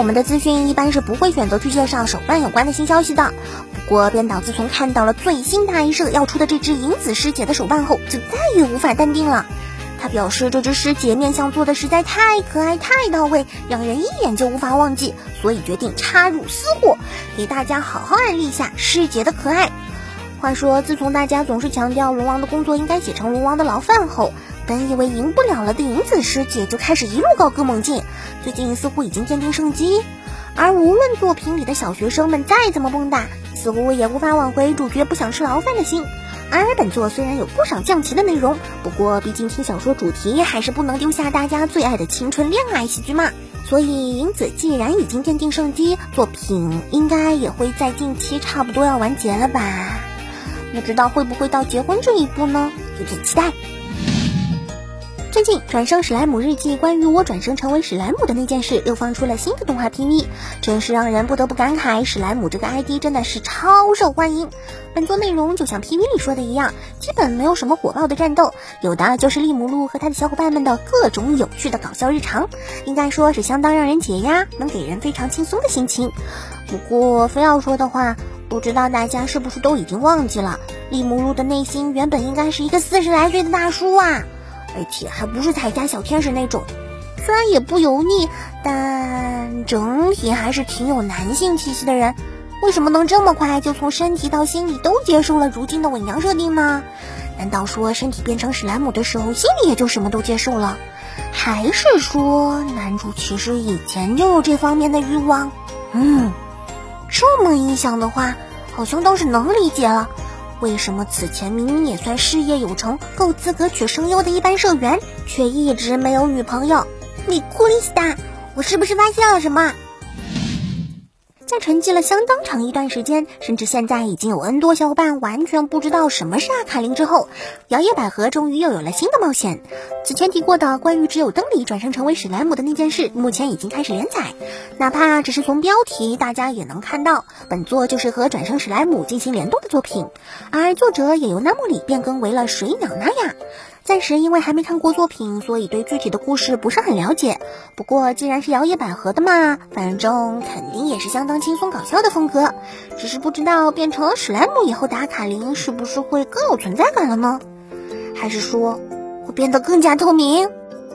们的资讯一般是不会选择去介绍手办有关的新消息的。不过编导自从看到了最新大 A 社要出的这只银子师姐的手办后，就再也无法淡定了。他表示这只师姐面相做的实在太可爱太到位，让人一眼就无法忘记，所以决定插入私货，给大家好好安利一下师姐的可爱。话说自从大家总是强调龙王的工作应该写成龙王的牢饭后，本以为赢不了了的银子师姐就开始一路高歌猛进，最近似乎已经奠定胜机。而无论作品里的小学生们再怎么蹦跶，似乎也无法挽回主角不想吃牢饭的心。而本作虽然有不少降旗的内容，不过毕竟听小说主题还是不能丢下大家最爱的青春恋爱喜剧嘛，所以银子既然已经奠定胜机，作品应该也会在近期差不多要完结了吧。不知道会不会到结婚这一步呢？有点期待。最近转生史莱姆日记关于我转生成为史莱姆的那件事又放出了新的动画 PV， 真是让人不得不感慨史莱姆这个 ID 真的是超受欢迎。本作内容就像 PV 里说的一样，基本没有什么火爆的战斗，有的就是利姆路和他的小伙伴们的各种有趣的搞笑日常，应该说是相当让人解压，能给人非常轻松的心情。不过非要说的话，不知道大家是不是都已经忘记了，利姆路的内心原本应该是一个40来岁的大叔啊，而且还不是彩家小天使那种，虽然也不油腻，但整体还是挺有男性气息的人。为什么能这么快就从身体到心理都接受了如今的伪娘设定呢？难道说身体变成史莱姆的时候，心里也就什么都接受了？还是说男主其实以前就有这方面的欲望？这么一想的话，好像倒是能理解了。为什么此前明明也算事业有成、够资格娶声优的一般社员，却一直没有女朋友？你库里斯达，我是不是发现了什么？在沉寂了相当长一段时间，甚至现在已经有 N 多小伙伴完全不知道什么是阿卡琳之后，摇曳百合终于又有了新的冒险。此前提过的关于只有灯里转生成为史莱姆的那件事，目前已经开始连载。哪怕只是从标题，大家也能看到，本作就是和转生史莱姆进行联动的作品，而作者也由纳莫里变更为了水鸟娜雅。暂时因为还没看过作品，所以对具体的故事不是很了解。不过既然是摇曳百合的嘛，反正肯定也是相当轻松搞笑的风格。只是不知道变成了史莱姆以后的阿卡琳是不是会更有存在感了呢？还是说会变得更加透明？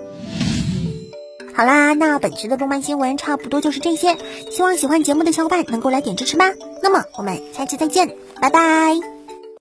好啦，那本期的动漫新闻差不多就是这些，希望喜欢节目的小伙伴能够来点支持吧。那么我们下期再见，拜拜。